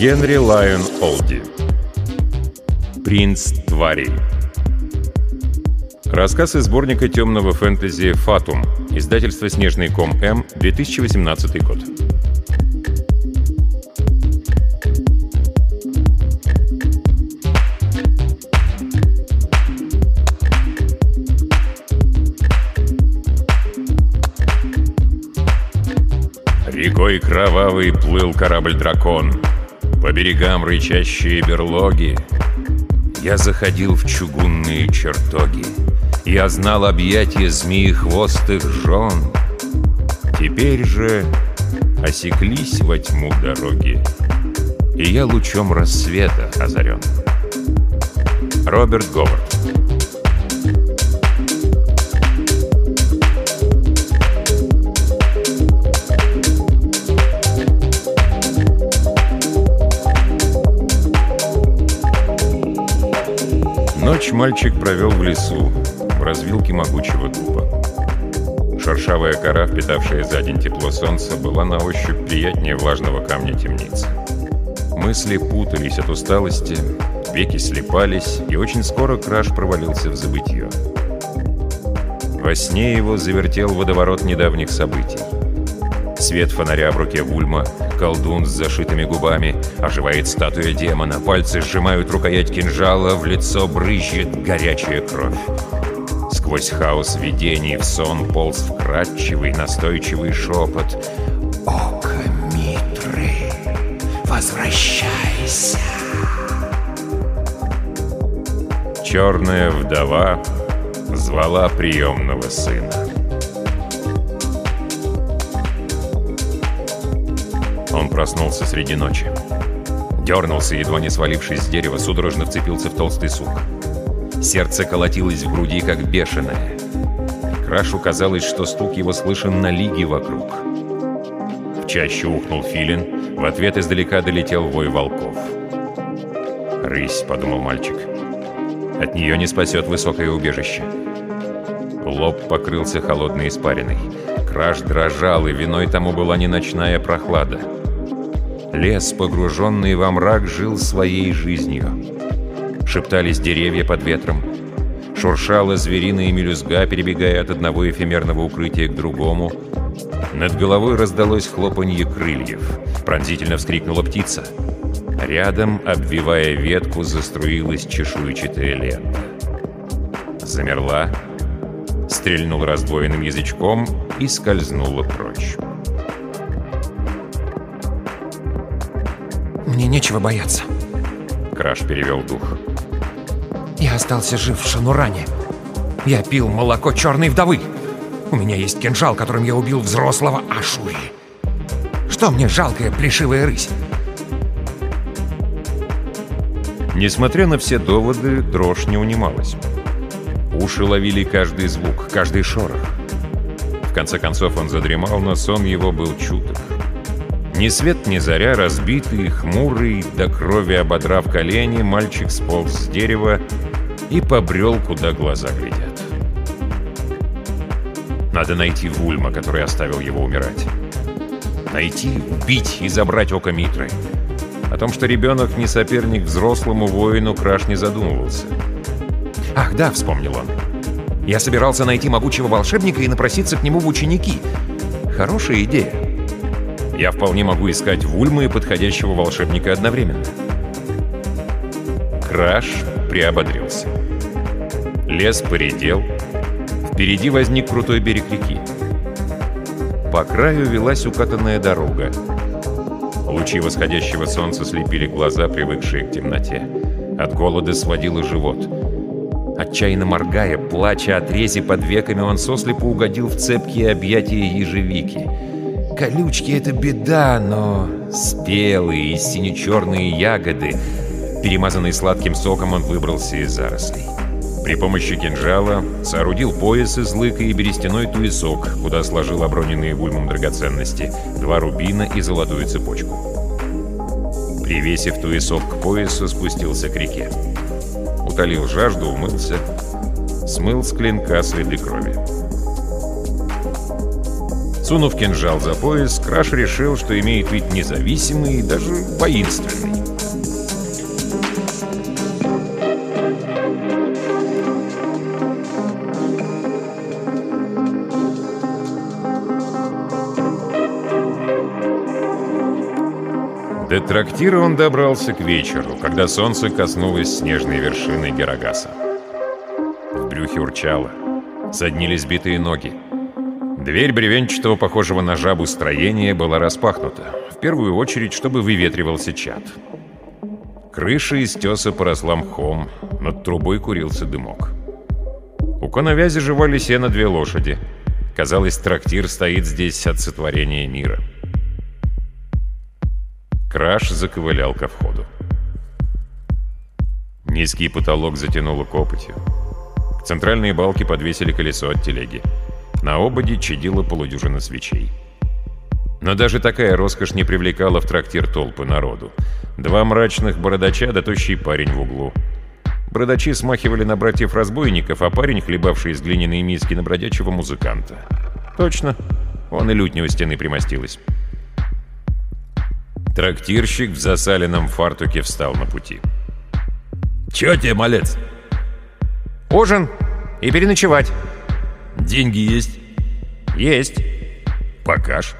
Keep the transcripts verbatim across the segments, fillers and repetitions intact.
Генри Лайон Олди. «Принц тварей». Рассказ из сборника темного фэнтези «Фатум», издательство «Снежный ком М», две тысячи восемнадцатый год. Рекой кровавой плыл корабль-дракон, по берегам рычащие берлоги. Я заходил в чугунные чертоги, я знал объятия змеехвостых жен. Теперь же осеклись во тьму дороги, и я лучом рассвета озарен. Роберт Говард. Ночь мальчик провел в лесу, в развилке могучего дуба. Шершавая кора, впитавшая за день тепло солнца, была на ощупь приятнее влажного камня темницы. Мысли путались от усталости, веки слипались, и очень скоро Краш провалился в забытье. Во сне его завертел водоворот недавних событий. Свет фонаря в руке Вульма, колдун с зашитыми губами, оживает статуя демона, пальцы сжимают рукоять кинжала, в лицо брызжет горячая кровь. Сквозь хаос видений в сон полз вкрадчивый, настойчивый шепот. «Око Митры, возвращайся!» Черная вдова звала приемного сына. Он проснулся среди ночи. Дернулся, едва не свалившись с дерева, судорожно вцепился в толстый сук. Сердце колотилось в груди, как бешеное. Крашу казалось, что стук его слышен на лиги вокруг. В чаще ухнул филин, в ответ издалека долетел вой волков. «Рысь», — подумал мальчик. «От нее не спасет высокое убежище». Лоб покрылся холодной испариной. Краш дрожал, и виной тому была не ночная прохлада. Лес, погруженный во мрак, жил своей жизнью. Шептались деревья под ветром. Шуршала звериная мелюзга, перебегая от одного эфемерного укрытия к другому. Над головой раздалось хлопанье крыльев. Пронзительно вскрикнула птица. Рядом, обвивая ветку, заструилась чешуйчатая лента. Замерла, стрельнула раздвоенным язычком и скользнула прочь. «Мне нечего бояться», — Краш перевел дух. «Я остался жив в Шануране. Я пил молоко черной вдовы. У меня есть кинжал, которым я убил взрослого Ашури. Что мне жалкая плешивая рысь?» Несмотря на все доводы, дрожь не унималась. Уши ловили каждый звук, каждый шорох. В конце концов он задремал, но сон его был чуток. Ни свет, ни заря, разбитый, хмурый, до крови ободрав колени, мальчик сполз с дерева и побрел, куда глаза глядят. Надо найти Вульма, который оставил его умирать. Найти, убить и забрать око Митры. О том, что ребенок не соперник взрослому воину, Краш не задумывался. «Ах, да», — вспомнил он. «Я собирался найти могучего волшебника и напроситься к нему в ученики. Хорошая идея. Я вполне могу искать Вульма и подходящего волшебника одновременно». Краш приободрился. Лес поредел. Впереди возник крутой берег реки. По краю велась укатанная дорога. Лучи восходящего солнца слепили глаза, привыкшие к темноте. От голода сводило живот. Отчаянно моргая, плача от рези под веками, он сослепу угодил в цепкие объятия ежевики. Колючки — это беда, но спелые и сине-черные ягоды. Перемазанный сладким соком, он выбрался из зарослей. При помощи кинжала соорудил пояс из лыка и берестяной туесок, куда сложил оброненные Вульмом драгоценности, два рубина и золотую цепочку. Привесив туесок к поясу, спустился к реке. Утолил жажду, умылся, смыл с клинка следы крови. С Сунув кинжал за пояс, Краш решил, что имеет вид независимый и даже воинственный. До трактира он добрался к вечеру, когда солнце коснулось снежной вершины Герагаса. В брюхе урчало, соднили сбитые ноги. Дверь бревенчатого, похожего на жабу строения, была распахнута, в первую очередь, чтобы выветривался чад. Крыша из теса поросла мхом, над трубой курился дымок. У коновязи жевали сено две лошади. Казалось, трактир стоит здесь от сотворения мира. Краш заковылял ко входу. Низкий потолок затянуло копотью. К центральной балке подвесили колесо от телеги. На ободе чадила полудюжина свечей. Но даже такая роскошь не привлекала в трактир толпы народу. Два мрачных бородача да тощий парень в углу. Бородачи смахивали на братьев-разбойников, а парень, хлебавший из глиняной миски, на бродячего музыканта. Точно, он и лютня у стены примостилась. Трактирщик в засаленном фартуке встал на пути. «Чё тебе, малец?» «Ужин и переночевать». «Деньги есть?» «Есть». «Покаж».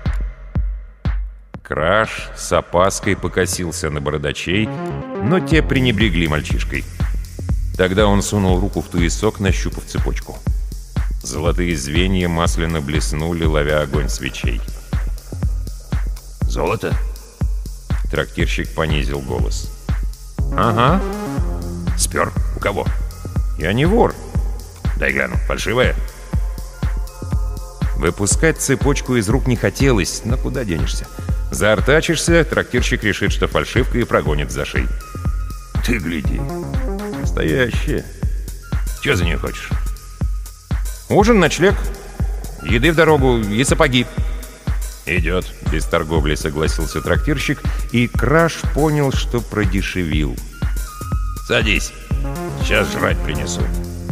Краш с опаской покосился на бородачей, но те пренебрегли мальчишкой. Тогда он сунул руку в туесок, нащупав цепочку. Золотые звенья масляно блеснули, ловя огонь свечей. «Золото?» Трактирщик понизил голос. «Ага». «Спер? У кого?» «Я не вор». «Дай гляну, фальшивая?» Выпускать цепочку из рук не хотелось, но куда денешься? Заортачишься, трактирщик решит, что фальшивка, и прогонит за шеи. «Ты гляди, настоящая. Чё за нее хочешь?» «Ужин, ночлег, еды в дорогу и сапоги». «Идет», — без торговли согласился трактирщик, и Краш понял, что продешевил. «Садись, сейчас жрать принесу».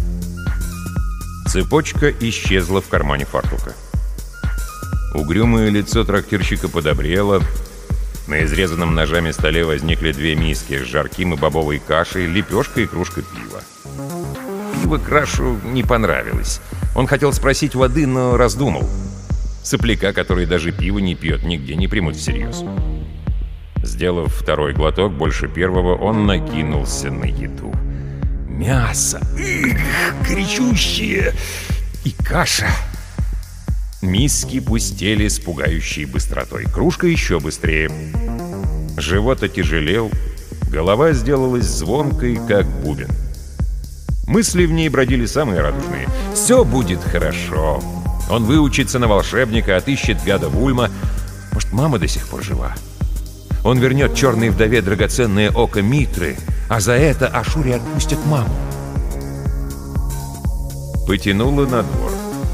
Цепочка исчезла в кармане фартука. Угрюмое лицо трактирщика подобрело. На изрезанном ножами столе возникли две миски с жарким и бобовой кашей, лепешка и кружка пива. Пиво Крашу не понравилось. Он хотел спросить воды, но раздумал. Сопляка, который даже пиво не пьет, нигде не примут всерьез. Сделав второй глоток, больше первого, он накинулся на еду. Мясо! Эх, горячущее! И каша! Миски пустели с пугающей быстротой. Кружка еще быстрее. Живот отяжелел, голова сделалась звонкой, как бубен. Мысли в ней бродили самые радужные. Все будет хорошо. Он выучится на волшебника, отыщет гада Вульма. Может, мама до сих пор жива? Он вернет черной вдове драгоценное око Митры, а за это Ашури отпустит маму. Потянуло на двор.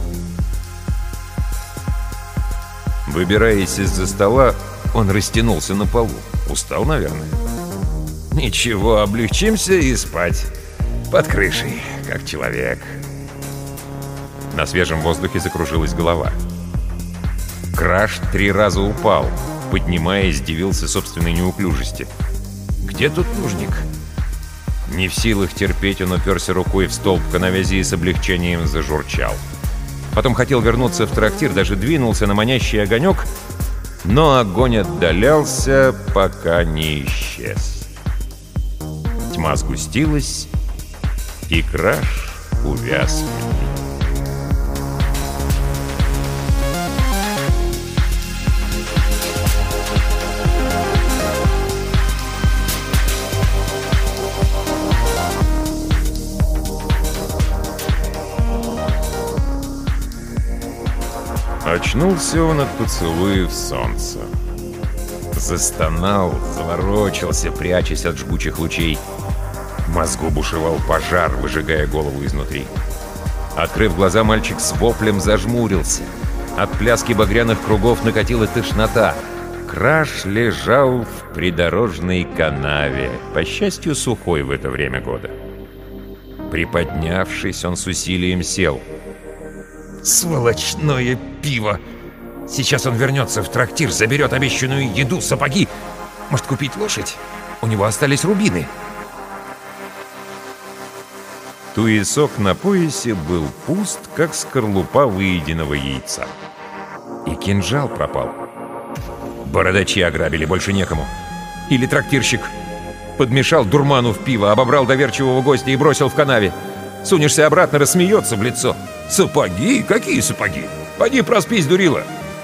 Выбираясь из-за стола, он растянулся на полу. Устал, наверное. Ничего, облегчимся и спать. Под крышей, как человек. На свежем воздухе закружилась голова. Краш три раза упал. Поднимаясь, дивился собственной неуклюжести. Где тут нужник? Не в силах терпеть, он уперся рукой в столб коновязи и с облегчением зажурчал. Потом хотел вернуться в трактир, даже двинулся на манящий огонек, но огонь отдалялся, пока не исчез. Тьма сгустилась, и Краш увяз в ней. Очнулся он от поцелуев солнца. Застонал, заворочился, прячась от жгучих лучей. В мозгу бушевал пожар, выжигая голову изнутри. Открыв глаза, мальчик с воплем зажмурился. От пляски багряных кругов накатила тошнота. Краш лежал в придорожной канаве, по счастью, сухой в это время года. Приподнявшись, он с усилием сел. «Сволочное пиво!» Сейчас он вернется в трактир, заберет обещанную еду, сапоги. Может, купить лошадь? У него остались рубины. Туесок на поясе был пуст, как скорлупа выеденного яйца. И кинжал пропал. Бородачи ограбили, больше некому. Или трактирщик подмешал дурману в пиво, обобрал доверчивого гостя и бросил в канаве. Сунешься обратно, рассмеется в лицо. Сапоги? Какие сапоги? Поди проспись, дурила.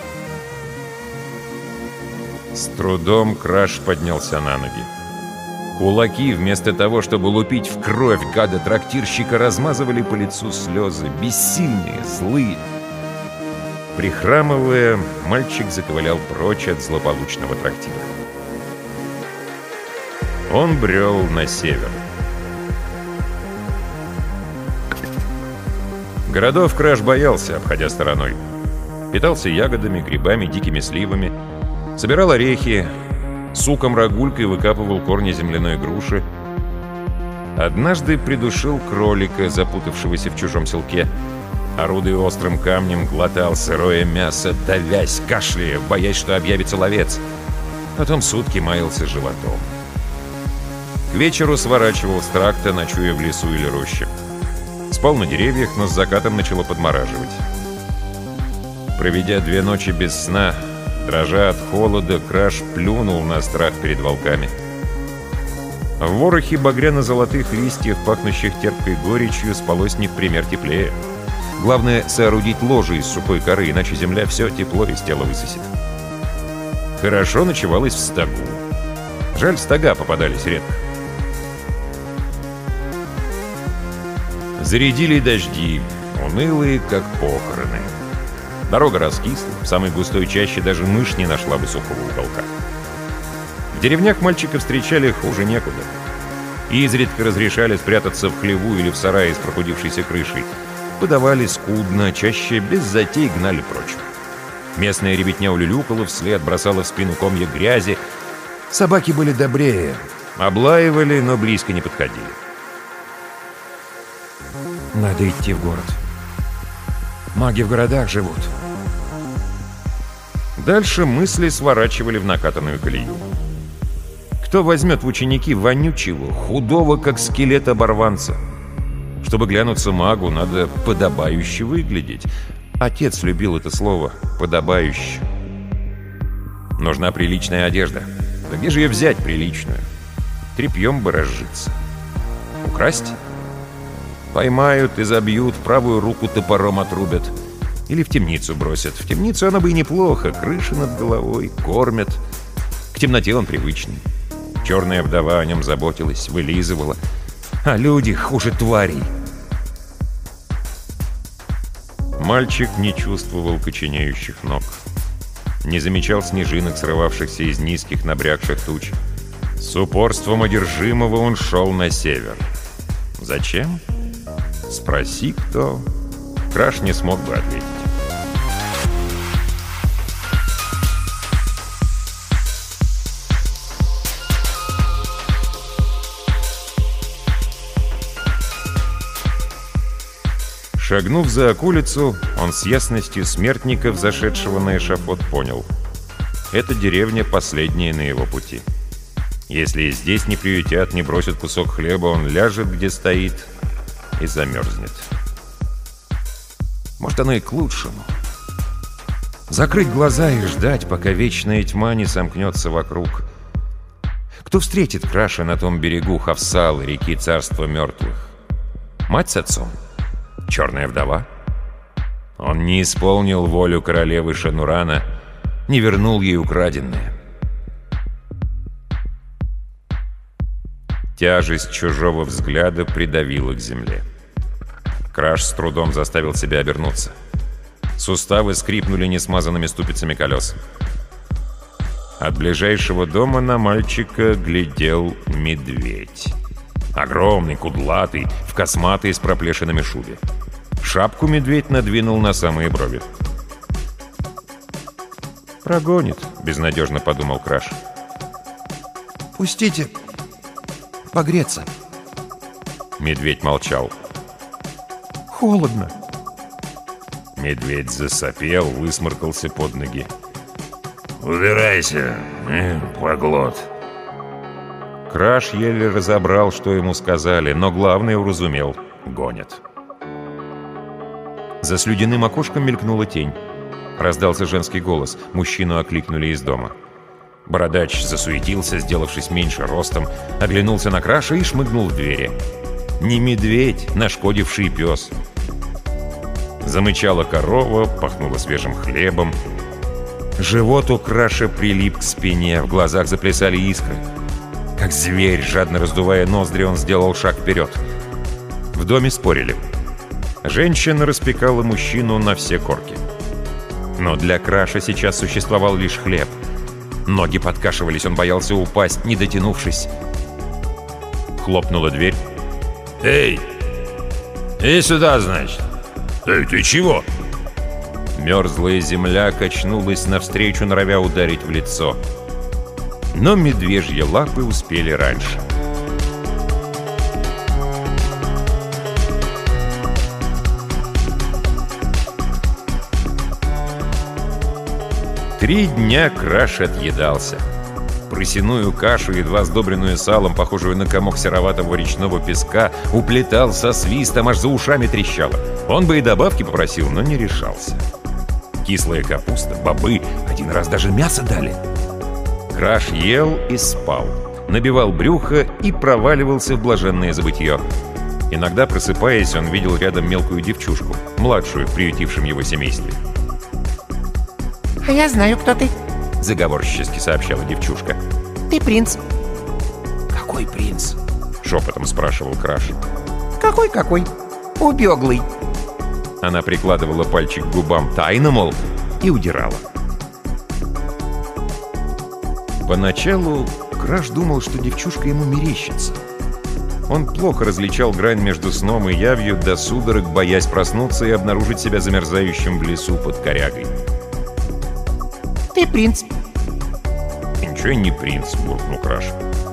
С трудом Краш поднялся на ноги. Кулаки, вместо того, чтобы лупить в кровь гада-трактирщика, размазывали по лицу слезы, бессильные, злые. Прихрамывая, мальчик заковылял прочь от злополучного трактира. Он брел на север. Городов Краш боялся, обходя стороной. Питался ягодами, грибами, дикими сливами, собирал орехи, суком-рогулькой выкапывал корни земляной груши. Однажды придушил кролика, запутавшегося в чужом селке. Орудуя острым камнем, глотал сырое мясо, давясь, кашляя, боясь, что объявится ловец. Потом сутки маялся животом. К вечеру сворачивал с тракта, ночуя в лесу или роще. Спал на деревьях, но с закатом начало подмораживать. Проведя две ночи без сна, дрожа от холода, Краш плюнул на страх перед волками. В ворохе багряно-золотых листьев, пахнущих терпкой горечью, спалось не в пример теплее. Главное — соорудить ложе из сухой коры, иначе земля все тепло из тела высосет. Хорошо ночевалось в стогу. Жаль, стога попадались редко. Зарядили дожди, унылые, как похороны. Дорога раскисла, в самой густой чаще даже мышь не нашла бы сухого уголка. В деревнях мальчика встречали хуже некуда. Изредка разрешали спрятаться в хлеву или в сарае с прохудившейся крышей. Подавали скудно, чаще без затей гнали прочь. Местная ребятня улюлюкала вслед, бросала в спину комья грязи. Собаки были добрее, облаивали, но близко не подходили. Надо идти в город. Маги в городах живут. Дальше мысли сворачивали в накатанную колею. Кто возьмет в ученики вонючего, худого, как скелет оборванца? Чтобы глянуться магу, надо подобающе выглядеть. Отец любил это слово «подобающе». Нужна приличная одежда. Да где же ее взять приличную? Тряпьем бы разжиться. Украсть? Поймают и забьют, правую руку топором отрубят. Или в темницу бросят. В темницу оно бы и неплохо. Крыша над головой, кормят. К темноте он привычный. Черная вдова о нем заботилась, вылизывала. А люди хуже тварей. Мальчик не чувствовал коченеющих ног. Не замечал снежинок, срывавшихся из низких набрякших туч. С упорством одержимого он шел на север. Зачем? Спроси кто. Краш не смог бы ответить. Шагнув за околицу, он с ясностью смертника, взошедшего на эшафот, понял. Эта деревня последняя на его пути. Если и здесь не приютят, не бросят кусок хлеба, он ляжет, где стоит, и замерзнет. Может, оно и к лучшему. Закрыть глаза и ждать, пока вечная тьма не сомкнется вокруг. Кто встретит Краша на том берегу Хавсалы, реки царства мертвых? Мать с отцом? Черная вдова? Он не исполнил волю королевы Шанурана, не вернул ей украденное. Тяжесть чужого взгляда придавила к земле. Краш с трудом заставил себя обернуться. Суставы скрипнули несмазанными ступицами колес. От ближайшего дома на мальчика глядел медведь. Огромный, кудлатый, в косматой с проплешинами шубе. Шапку медведь надвинул на самые брови. «Прогонит», — безнадежно подумал Краш. «Пустите погреться». Медведь молчал. «Холодно». Медведь засопел, высморкался под ноги. «Убирайся, э, поглот!» Краш еле разобрал, что ему сказали, но главное уразумел — гонят. За слюдяным окошком мелькнула тень. Раздался женский голос. Мужчину окликнули из дома. Бородач засуетился, сделавшись меньше ростом, оглянулся на Краша и шмыгнул в двери. Не медведь, нашкодивший пес. Замычала корова, пахнула свежим хлебом. Живот у Краша прилип к спине, в глазах заплясали искры. Как зверь, жадно раздувая ноздри, он сделал шаг вперед. В доме спорили. Женщина распекала мужчину на все корки. Но для Краша сейчас существовал лишь хлеб. Ноги подкашивались, он боялся упасть, не дотянувшись. Хлопнула дверь. «Эй! Иди сюда, значит!» «Эй, ты чего?» Мерзлая земля качнулась навстречу, норовя ударить в лицо. Но медвежьи лапы успели раньше. Три дня Краш отъедался. Просяную кашу, едва сдобренную салом, похожую на комок сероватого речного песка, уплетал со свистом, аж за ушами трещало. Он бы и добавки попросил, но не решался. Кислая капуста, бобы, один раз даже мясо дали. Краш ел и спал, набивал брюхо и проваливался в блаженное забытье. Иногда, просыпаясь, он видел рядом мелкую девчушку, младшую в приютившем его семействе. «А я знаю, кто ты», — заговорщически сообщала девчушка. «Ты принц». «Какой принц?» — шепотом спрашивал Краш. «Какой-какой? Убеглый». Она прикладывала пальчик к губам тайно, мол, и удирала. Поначалу Краш думал, что девчушка ему мерещится. Он плохо различал грань между сном и явью, до судорог боясь проснуться и обнаружить себя замерзающим в лесу под корягой. «Ты принц». «Ничего я не принц», — буркнул Краш.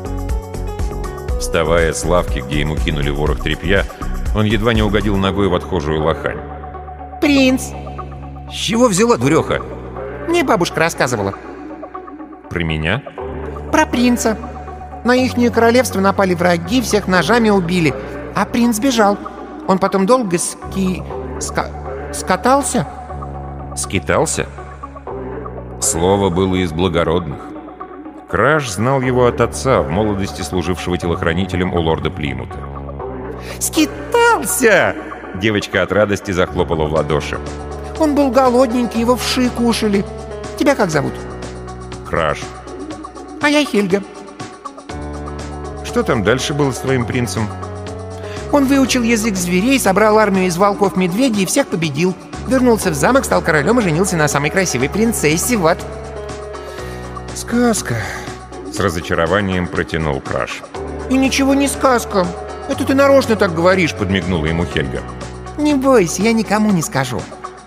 Вставая с лавки, где ему кинули ворох тряпья, он едва не угодил ногой в отхожую лохань. «Принц». «С чего взяла, дуреха?» Мне бабушка рассказывала. «Про меня?» Про принца. На ихнее королевство напали враги, всех ножами убили. А принц бежал. Он потом долго ски... ска... скатался. «Скитался?» Слово было из благородных. Краш знал его от отца, в молодости служившего телохранителем у лорда Плимута. «Скитался!» Девочка от радости захлопала в ладоши. Он был голодненький, его вши кушали. Тебя как зовут? Краш. А я Хельга. Что там дальше было с твоим принцем? Он выучил язык зверей, собрал армию из волков-медведей и всех победил. Вернулся в замок, стал королем и женился на самой красивой принцессе, вот. «Сказка», — с разочарованием протянул Краш. «И ничего не сказка. Это ты нарочно так говоришь», — подмигнула ему Хельга. «Не бойся, я никому не скажу».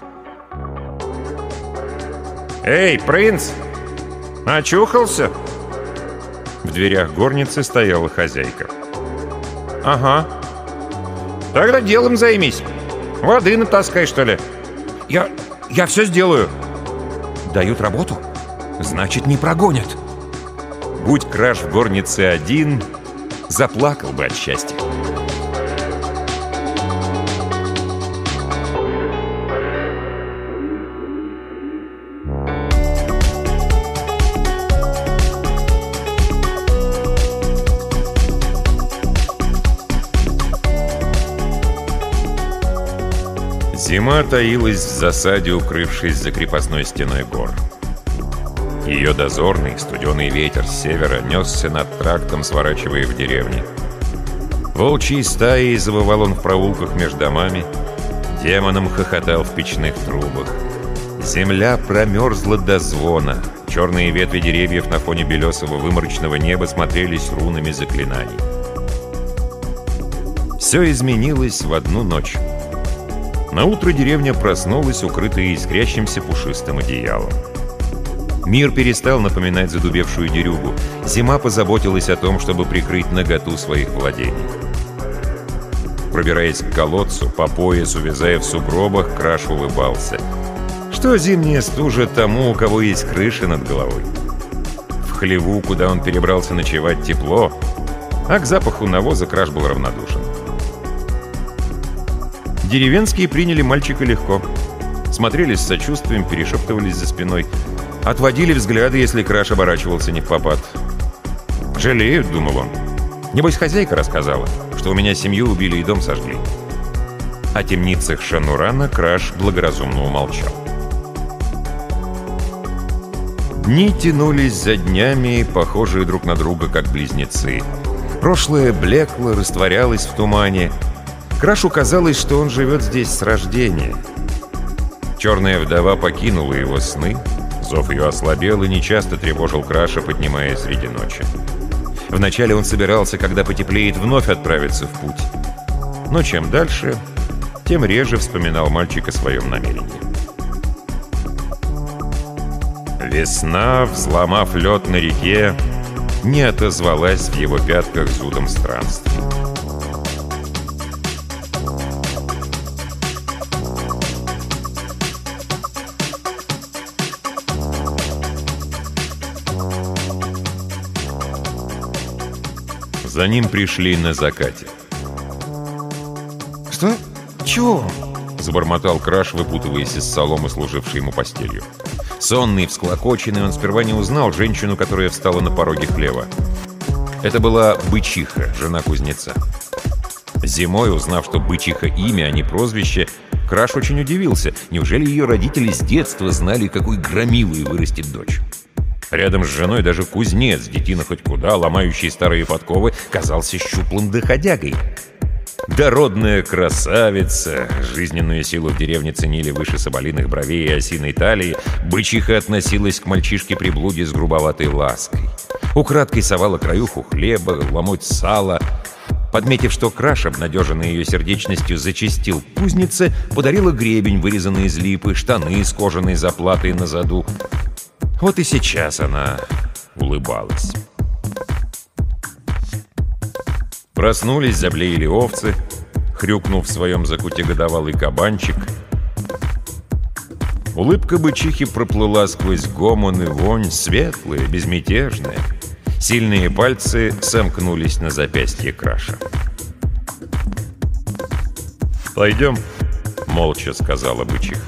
«Эй, принц! Очухался?» В дверях горницы стояла хозяйка. «Ага. Тогда делом займись. Воды натаскай, что ли?» «Я... я все сделаю». «Дают работу? Значит, не прогонят». Будь Краш в горнице один, заплакал бы от счастья. Зима таилась в засаде, укрывшись за крепостной стеной гор. Ее дозорный, студеный ветер с севера несся над трактом, сворачивая в деревни. Волчьей стаей завывал он в проулках между домами, демоном хохотал в печных трубах. Земля промерзла до звона, черные ветви деревьев на фоне белесого выморочного неба смотрелись рунами заклинаний. Все изменилось в одну ночь. Наутро деревня проснулась, укрытая искрящимся пушистым одеялом. Мир перестал напоминать задубевшую дерюгу. Зима позаботилась о том, чтобы прикрыть наготу своих владений. Пробираясь к колодцу, по пояс увязая в сугробах, Краш улыбался. Что зимняя стужа тому, у кого есть крыша над головой? В хлеву, куда он перебрался ночевать, тепло, а к запаху навоза Краш был равнодушен. Деревенские приняли мальчика легко. Смотрели с сочувствием, перешептывались за спиной. Отводили взгляды, если Краш оборачивался невпопад. «Жалеют», — думал он. «Небось, хозяйка рассказала, что у меня семью убили и дом сожгли». О темницах Шанурана Краш благоразумно умолчал. Дни тянулись за днями, похожие друг на друга, как близнецы. Прошлое блекло, растворялось в тумане. Крашу казалось, что он живет здесь с рождения. Черная вдова покинула его сны, зов ее ослабел и нечасто тревожил Краша, поднимаясь среди ночи. Вначале он собирался, когда потеплеет, вновь отправиться в путь. Но чем дальше, тем реже вспоминал мальчик о своем намерении. Весна, взломав лед на реке, не отозвалась в его пятках зудом странствий. За ним пришли на закате. Что? Чего? Забормотал Краш, выпутываясь из соломы, служившей ему постелью. Сонный, всклокоченный, он сперва не узнал женщину, которая встала на пороге хлева. Это была Бычиха, жена кузнеца. Зимой, узнав, что Бычиха имя, а не прозвище, Краш очень удивился. Неужели ее родители с детства знали, какой громилой вырастет дочь? Рядом с женой даже кузнец, детина хоть куда, ломающий старые подковы, казался щуплым доходягой. Дородная красавица, жизненную силу в деревне ценили выше соболиных бровей и осиной талии, Бычиха относилась к мальчишке-приблуде с грубоватой лаской. Украдкой совала краюху хлеба, ломоть сала. Подметив, что Краш, обнадеженный ее сердечностью, зачастил к кузнице, подарила гребень, вырезанный из липы, штаны с кожаной заплатой на заду. Вот и сейчас она улыбалась. Проснулись, заблеяли овцы, хрюкнув в своем закуте годовалый кабанчик. Улыбка Бычихи проплыла сквозь гомон и вонь, светлая, безмятежная. Сильные пальцы сомкнулись на запястье Краша. «Пойдем», — молча сказала Бычиха.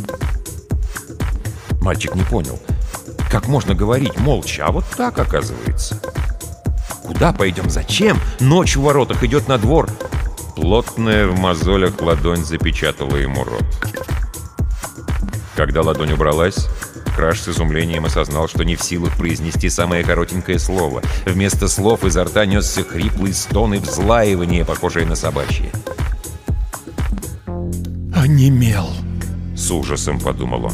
Мальчик не понял. Как можно говорить молча, а вот так, оказывается. Куда пойдем? Зачем? Ночь в воротах, идет на двор. Плотная в мозолях ладонь запечатала ему рот. Когда ладонь убралась, Краш с изумлением осознал, что не в силах произнести самое коротенькое слово. Вместо слов изо рта несся хриплый стон и взлаивание, похожее на собачье. «Онемел», — с ужасом подумал он.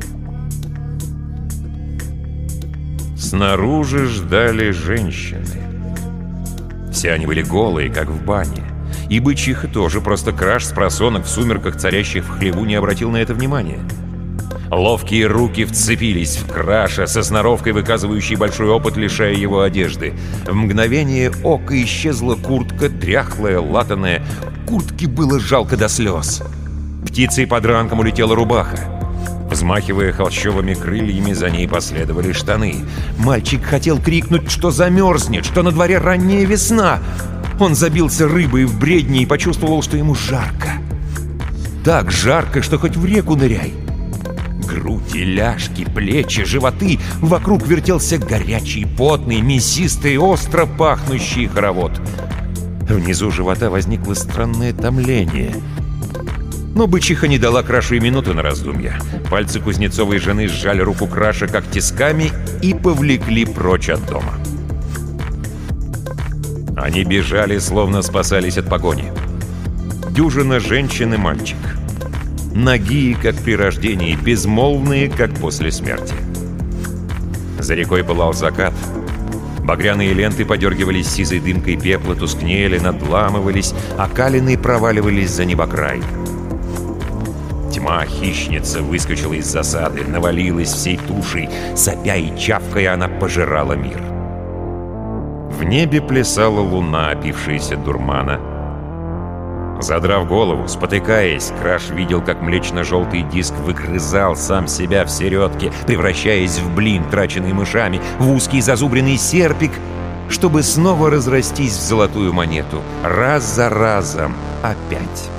Снаружи ждали женщины. Все они были голые, как в бане. И Бычиха тоже, просто Краш с просонок в сумерках, царящих в хлеву, не обратил на это внимания. Ловкие руки вцепились в Краша, со сноровкой, выказывающей большой опыт, лишая его одежды. В мгновение ока исчезла куртка, дряхлая, латаная. Куртке было жалко до слез. Птицей под ранком улетела рубаха. Взмахивая холщовыми крыльями, за ней последовали штаны. Мальчик хотел крикнуть, что замерзнет, что на дворе ранняя весна. Он забился рыбой в бредни и почувствовал, что ему жарко. Так жарко, что хоть в реку ныряй. Груди, ляжки, плечи, животы. Вокруг вертелся горячий, потный, мясистый, остро пахнущий хоровод. Внизу живота возникло странное томление. Но Бычиха не дала Крашу и минуты на раздумья. Пальцы кузнецовой жены сжали руку Краша как тисками и повлекли прочь от дома. Они бежали, словно спасались от погони. Дюжина женщин и мальчик. Нагие, как при рождении, безмолвные, как после смерти. За рекой пылал закат. Багряные ленты подергивались сизой дымкой пепла, тускнели, надламывались, а калины проваливались за небокрай. Тьма хищница выскочила из засады, навалилась всей тушей, сопя и чавкая она пожирала мир. В небе плясала луна, опившаяся дурмана. Задрав голову, спотыкаясь, Краш видел, как млечно-желтый диск выгрызал сам себя в середке, превращаясь в блин, траченный мышами, в узкий зазубренный серпик, чтобы снова разрастись в золотую монету. Раз за разом. Опять.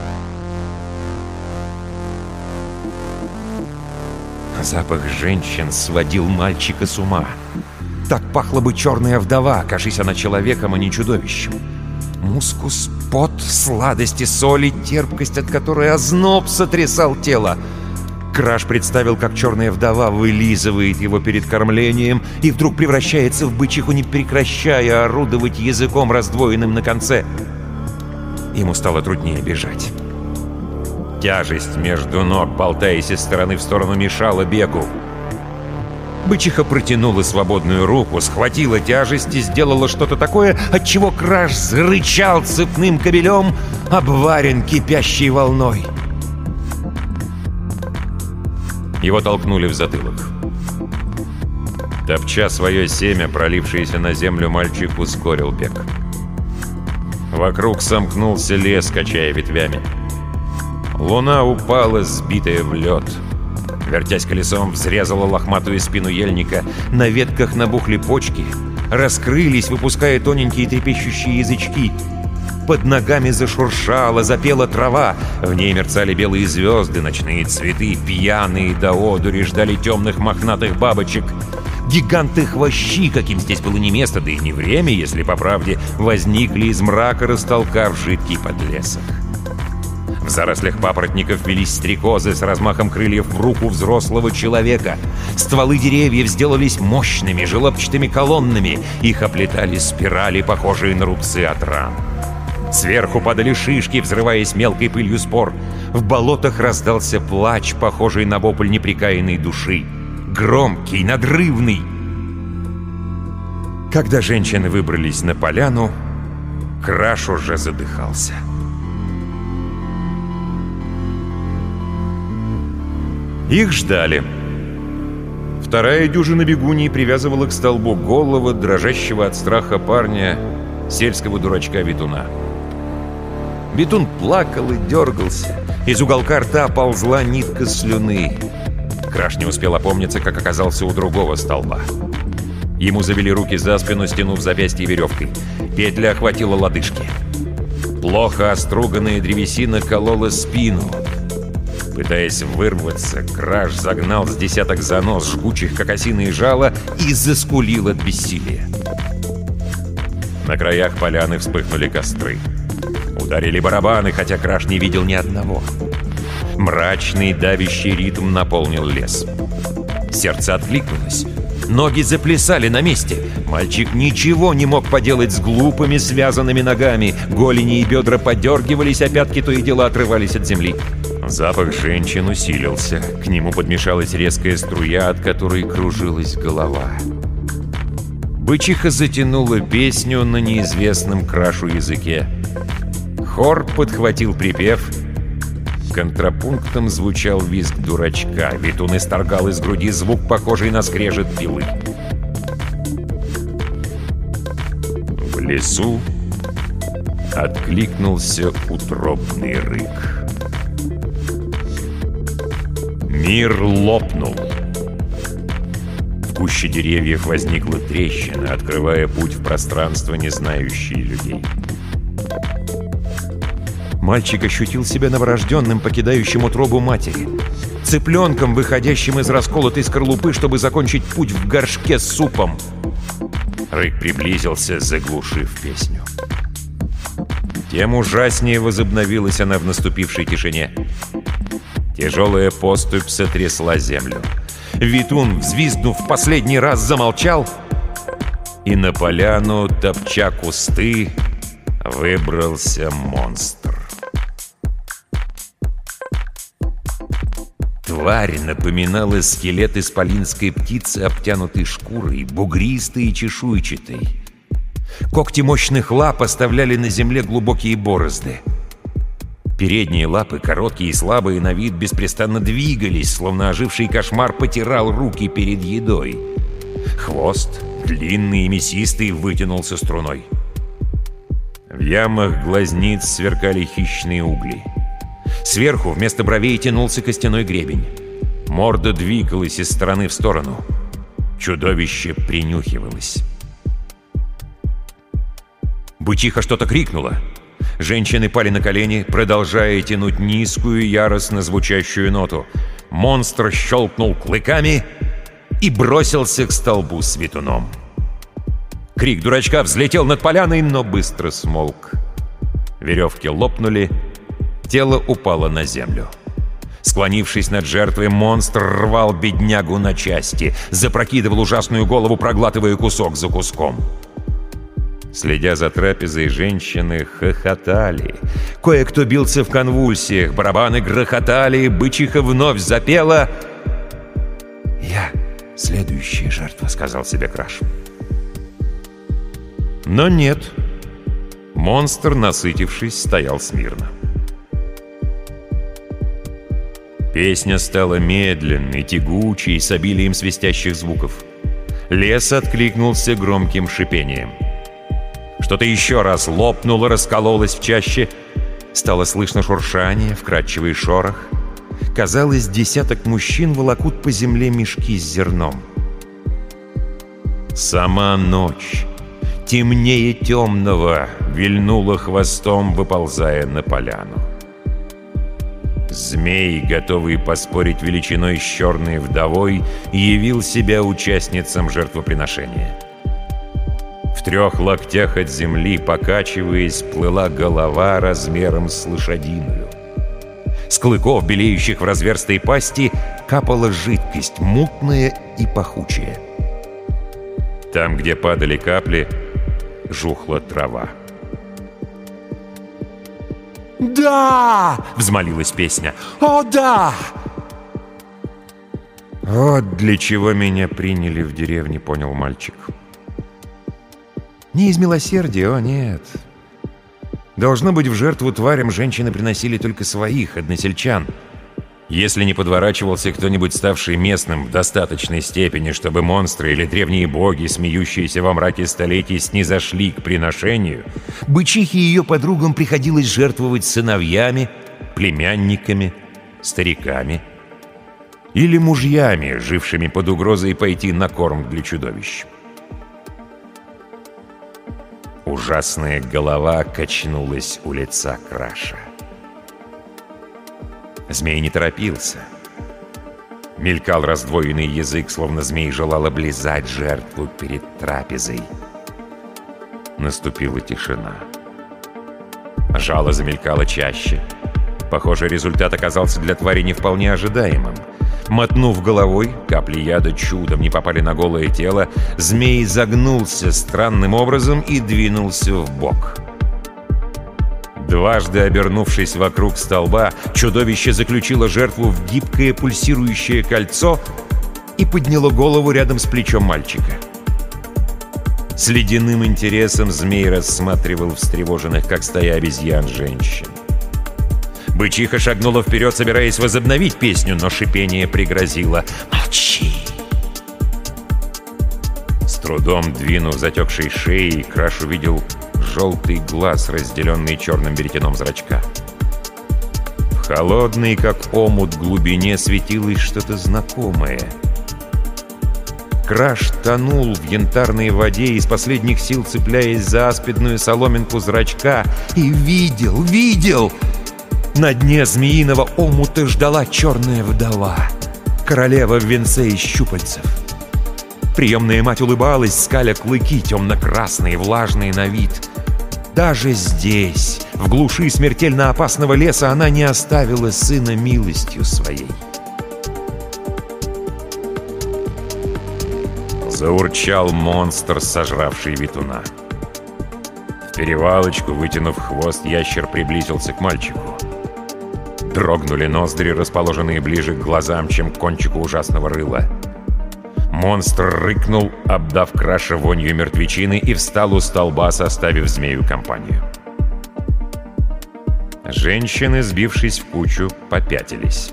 Запах женщин сводил мальчика с ума. Так пахла бы черная вдова, кажись она человеком, а не чудовищем. Мускус, пот, сладости, соли, терпкость, от которой озноб сотрясал тело. Краш представил, как черная вдова вылизывает его перед кормлением и вдруг превращается в бычиху, не прекращая орудовать языком, раздвоенным на конце. Ему стало труднее бежать. Тяжесть между ног, болтаясь из стороны в сторону, мешала бегу. Бычиха протянула свободную руку, схватила тяжесть и сделала что-то такое, от чего Краш зарычал цепным кобелем, обварен кипящей волной. Его толкнули в затылок. Топча свое семя, пролившееся на землю, мальчик ускорил бег. Вокруг сомкнулся лес, качая ветвями. Луна упала, сбитая в лед. Вертясь колесом, взрезала лохматую спину ельника. На ветках набухли почки, раскрылись, выпуская тоненькие трепещущие язычки. Под ногами зашуршала, запела трава. В ней мерцали белые звезды, ночные цветы, пьяные до одури ждали темных мохнатых бабочек. Гиганты-хвощи, каким здесь было не место, да и не время, если по правде, возникли из мрака, растолкав жидкий подлесок. В зарослях папоротников велись стрекозы с размахом крыльев в руку взрослого человека. Стволы деревьев сделались мощными, желобчатыми колоннами. Их оплетали спирали, похожие на рубцы от ран. Сверху падали шишки, взрываясь мелкой пылью спор. В болотах раздался плач, похожий на вопль непрекаянной души. Громкий, надрывный. Когда женщины выбрались на поляну, Краш уже задыхался. Их ждали. Вторая дюжина бегуней привязывала к столбу голого, дрожащего от страха парня, сельского дурачка Витуна. Витун плакал и дергался. Из уголка рта ползла нитка слюны. Краш не успел опомниться, как оказался у другого столба. Ему завели руки за спину, стянув запястье веревкой. Петля охватила лодыжки. Плохо оструганная древесина колола спину. Пытаясь вырваться, Краш загнал с десяток занос, жгучих, как осиные жало, и заскулил от бессилия. На краях поляны вспыхнули костры. Ударили барабаны, хотя Краш не видел ни одного. Мрачный, давящий ритм наполнил лес. Сердце откликнулось. Ноги заплясали на месте. Мальчик ничего не мог поделать с глупыми связанными ногами. Голени и бедра подергивались, а пятки то и дело отрывались от земли. Запах женщин усилился. К нему подмешалась резкая струя, от которой кружилась голова. Бычиха затянула песню на неизвестном Крашу языке. Хор подхватил припев. Контрапунктом звучал визг дурачка. Витун исторгал из груди звук, похожий на скрежет пилы. В лесу откликнулся утробный рык. Мир лопнул. В гуще деревьев возникла трещина, открывая путь в пространство, не знающее людей. Мальчик ощутил себя новорожденным, покидающим утробу матери. Цыпленком, выходящим из расколотой скорлупы, чтобы закончить путь в горшке с супом. Рык приблизился, заглушив песню. Тем ужаснее возобновилась она в наступившей тишине. Тяжелая поступь сотрясла землю. Витун, взвизгнув в последний раз, замолчал, и на поляну, топча кусты, выбрался монстр. Тварь напоминала скелет исполинской птицы, обтянутой шкурой, бугристой и чешуйчатой. Когти мощных лап оставляли на земле глубокие борозды. Передние лапы, короткие и слабые на вид, беспрестанно двигались, словно оживший кошмар потирал руки перед едой. Хвост, длинный и мясистый, вытянулся струной. В ямах глазниц сверкали хищные угли. Сверху вместо бровей тянулся костяной гребень. Морда двигалась из стороны в сторону. Чудовище принюхивалось. Бычиха что-то крикнула. Женщины пали на колени, продолжая тянуть низкую, яростно звучащую ноту. Монстр щелкнул клыками и бросился к столбу с витуном. Крик дурачка взлетел над поляной, но быстро смолк. Веревки лопнули, тело упало на землю. Склонившись над жертвой, монстр рвал беднягу на части, запрокидывал ужасную голову, проглатывая кусок за куском. Следя за трапезой, женщины хохотали. Кое-кто бился в конвульсиях, барабаны грохотали, бычиха вновь запела. «Я следующая жертва», — сказал себе Краш. Но нет. Монстр, насытившись, стоял смирно. Песня стала медленной, тягучей, с обилием свистящих звуков. Лес откликнулся громким шипением. Что-то еще раз лопнуло, раскололось в чаще. Стало слышно шуршание, вкрадчивый шорох. Казалось, десяток мужчин волокут по земле мешки с зерном. Сама ночь, темнее темного, вильнула хвостом, выползая на поляну. Змей, готовый поспорить величиной с черной вдовой, явил себя участницам жертвоприношения. В трех локтях от земли, покачиваясь, плыла голова размером с лошадиную. С клыков, белеющих в разверстой пасти, капала жидкость, мутная и пахучая. Там, где падали капли, жухла трава. «Да!» — взмолилась песня. «О, да!» «Вот для чего меня приняли в деревне», — понял мальчик. Не из милосердия, о нет. Должно быть, в жертву тварям женщины приносили только своих, односельчан. Если не подворачивался кто-нибудь, ставший местным в достаточной степени, чтобы монстры или древние боги, смеющиеся во мраке столетий, снизошли к приношению, бычихе и ее подругам приходилось жертвовать сыновьями, племянниками, стариками или мужьями, жившими под угрозой пойти на корм для чудовищ. Ужасная голова качнулась у лица Краша. Змей не торопился. Мелькал раздвоенный язык, словно змей желал облизать жертву перед трапезой. Наступила тишина. Жало замелькало чаще. Похоже, результат оказался для твари не вполне ожидаемым. Мотнув головой, капли яда чудом не попали на голое тело, змей загнулся странным образом и двинулся вбок. Дважды обернувшись вокруг столба, чудовище заключило жертву в гибкое пульсирующее кольцо и подняло голову рядом с плечом мальчика. С ледяным интересом змей рассматривал встревоженных, как стая обезьян, женщин. Бычиха шагнула вперед, собираясь возобновить песню, но шипение пригрозило: «Молчи!». С трудом двинув затекшей шеей, Краш увидел желтый глаз, разделенный черным веретеном зрачка. В холодной, как омут, глубине светилось что-то знакомое. Краш тонул в янтарной воде, из последних сил цепляясь за аспидную соломинку зрачка, и видел, видел! На дне змеиного омута ждала черная вдова, королева в венце из щупальцев. Приемная мать улыбалась, скаля клыки, темно-красные, влажные на вид. Даже здесь, в глуши смертельно опасного леса, она не оставила сына милостью своей. Заурчал монстр, сожравший витуна. В перевалочку, вытянув хвост, ящер приблизился к мальчику. Дрогнули ноздри, расположенные ближе к глазам, чем к кончику ужасного рыла. Монстр рыкнул, обдав Краша вонью мертвечины, и встал у столба, составив змею компанию. Женщины, сбившись в кучу, попятились.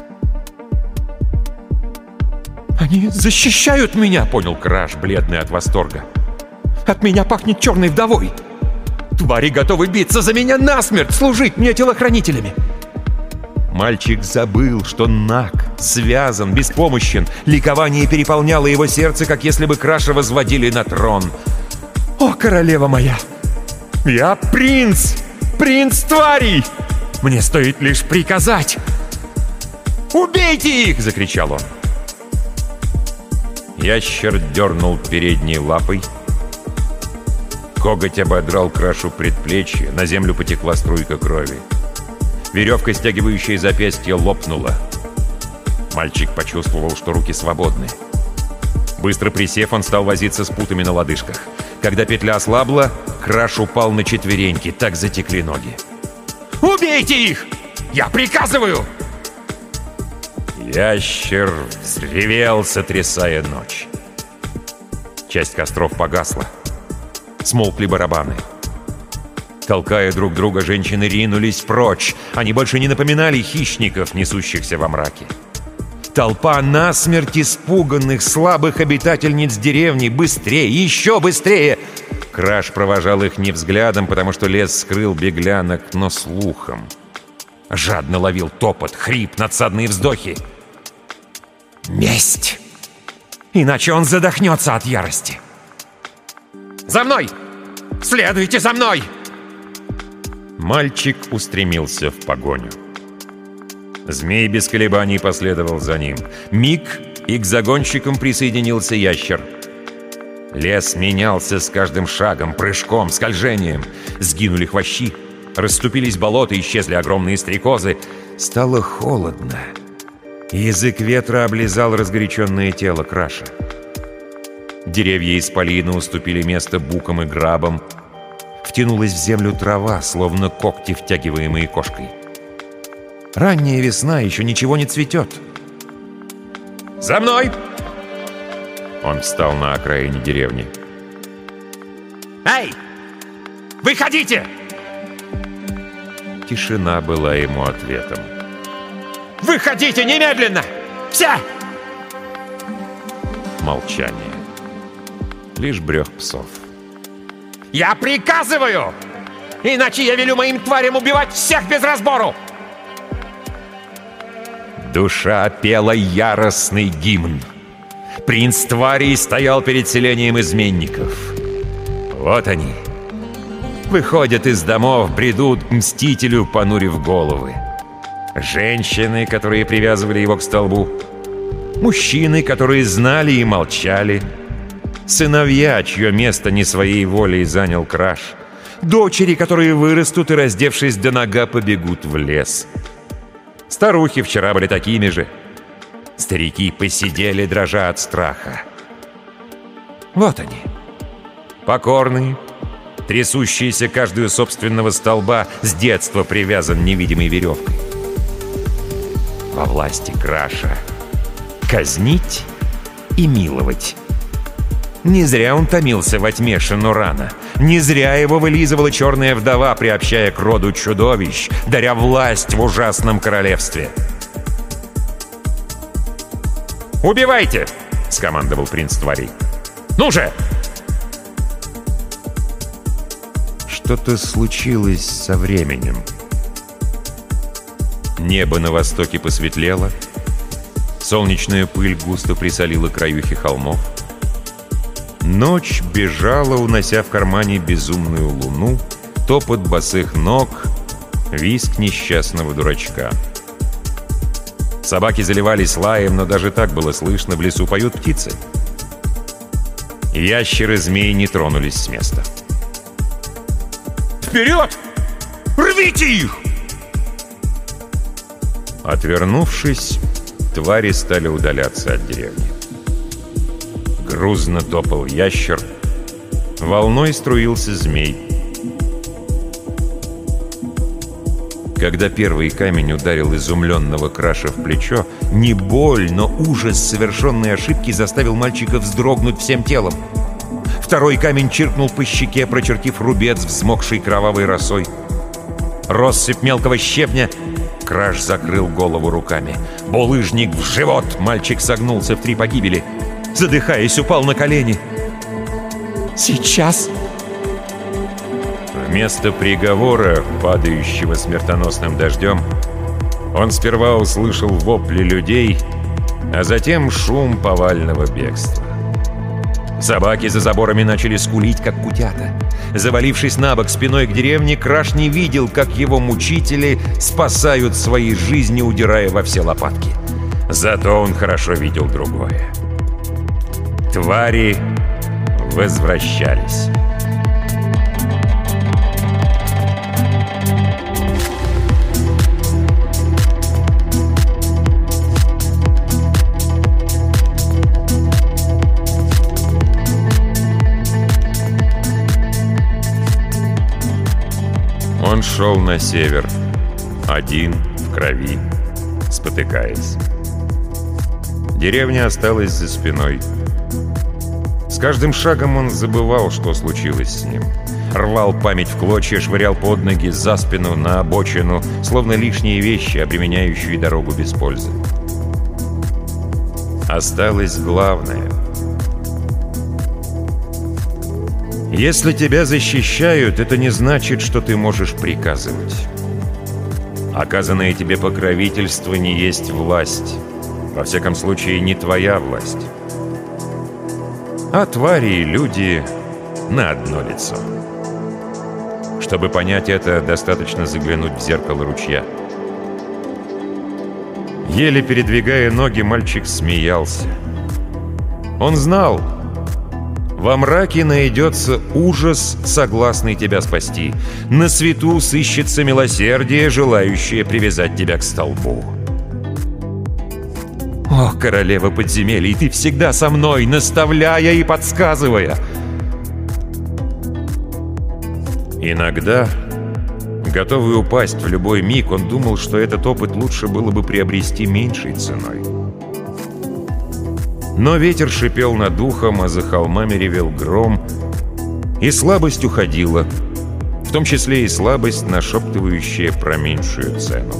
«Они защищают меня!» — понял Краш, бледный от восторга. «От меня пахнет черной вдовой!» Твари готовы биться за меня насмерть, служить мне телохранителями. Мальчик забыл, что наг, связан, беспомощен. Ликование переполняло его сердце, как если бы Краша возводили на трон. «О, королева моя! Я принц! Принц тварей! Мне стоит лишь приказать!» «Убейте их!» — закричал он. Ящер дернул передней лапой. Коготь ободрал Крашу предплечье, на землю потекла струйка крови. Веревка, стягивающая запястье, лопнула. Мальчик почувствовал, что руки свободны. Быстро присев, он стал возиться с путами на лодыжках. Когда петля ослабла, Краш упал на четвереньки, так затекли ноги. «Убейте их! Я приказываю!» Ящер взревел, сотрясая ночь. Часть костров погасла. Смолкли барабаны. Толкая друг друга, женщины ринулись прочь. Они больше не напоминали хищников, несущихся во мраке. Толпа насмерть испуганных, слабых обитательниц деревни. Быстрее, еще быстрее! Краш провожал их не взглядом, потому что лес скрыл беглянок, но слухом. Жадно ловил топот, хрип, надсадные вздохи. Месть! Иначе он задохнется от ярости. «За мной! Следуйте за мной!» Мальчик устремился в погоню. Змей без колебаний последовал за ним. Миг, и к загонщикам присоединился ящер. Лес менялся с каждым шагом, прыжком, скольжением. Сгинули хвощи, расступились болота, исчезли огромные стрекозы. Стало холодно. Язык ветра облизал разгоряченное тело Краша. Деревья исполина уступили место букам и грабам. Втянулась в землю трава, словно когти, втягиваемые кошкой. Ранняя весна, еще ничего не цветет. «За мной!» Он встал на окраине деревни. «Эй! Выходите!» Тишина была ему ответом. «Выходите немедленно! Все!» Молчание. Лишь брёх псов. «Я приказываю! Иначе я велю моим тварям убивать всех без разбору!» Душа пела яростный гимн. Принц тварей стоял перед селением изменников. Вот они. Выходят из домов, бредут к мстителю, понурив головы. Женщины, которые привязывали его к столбу. Мужчины, которые знали и молчали. Сыновья, чье место не своей волей занял Краш. Дочери, которые вырастут и, раздевшись до нога, побегут в лес. Старухи вчера были такими же. Старики посидели, дрожа от страха. Вот они. Покорные, трясущиеся каждую собственного столба, с детства привязан невидимой веревкой. Во власти Краша казнить и миловать. Не зря он томился во тьме Шеннурана. Не зря его вылизывала черная вдова, приобщая к роду чудовищ, даря власть в ужасном королевстве. «Убивайте!» — скомандовал принц тварей. «Ну же!» Что-то случилось со временем. Небо на востоке посветлело. Солнечная пыль густо присолила краюхи холмов. Ночь бежала, унося в кармане безумную луну, топот босых ног, визг несчастного дурачка. Собаки заливались лаем, но даже так было слышно, в лесу поют птицы. Ящеры и змеи не тронулись с места. «Вперед! Рвите их!» Отвернувшись, твари стали удаляться от деревни. Грузно топал ящер, волной струился змей. Когда первый камень ударил изумленного Краша в плечо, не боль, но ужас совершенной ошибки заставил мальчика вздрогнуть всем телом. Второй камень чиркнул по щеке, прочертив рубец, взмокший кровавой росой. Россыпь мелкого щебня. Краш закрыл голову руками. Булыжник в живот. Мальчик согнулся в три погибели. Задыхаясь, упал на колени. «Сейчас!» Вместо приговора, падающего смертоносным дождем, он сперва услышал вопли людей, а затем шум повального бегства. Собаки за заборами начали скулить, как кутята. Завалившись на бок спиной к деревне, Краш не видел, как его мучители спасают свои жизни, удирая во все лопатки. Зато он хорошо видел другое. Твари возвращались. Он шел на север, один, в крови, спотыкаясь. Деревня осталась за спиной. С каждым шагом он забывал, что случилось с ним. Рвал память в клочья, швырял под ноги, за спину, на обочину, словно лишние вещи, обременяющие дорогу без пользы. Осталось главное. Если тебя защищают, это не значит, что ты можешь приказывать. Оказанное тебе покровительство не есть власть. Во всяком случае, не твоя власть. А твари и люди на одно лицо. Чтобы понять это, достаточно заглянуть в зеркало ручья. Еле передвигая ноги, мальчик смеялся. Он знал, во мраке найдется ужас, согласный тебя спасти. На свету сыщется милосердие, желающее привязать тебя к столбу. О, королева подземелий, ты всегда со мной, наставляя и подсказывая. Иногда, готовый упасть в любой миг, он думал, что этот опыт лучше было бы приобрести меньшей ценой. Но ветер шипел над ухом, а за холмами ревел гром, и слабость уходила, в том числе и слабость, нашептывающая про меньшую цену.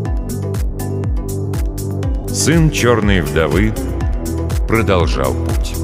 Сын черной вдовы продолжал путь.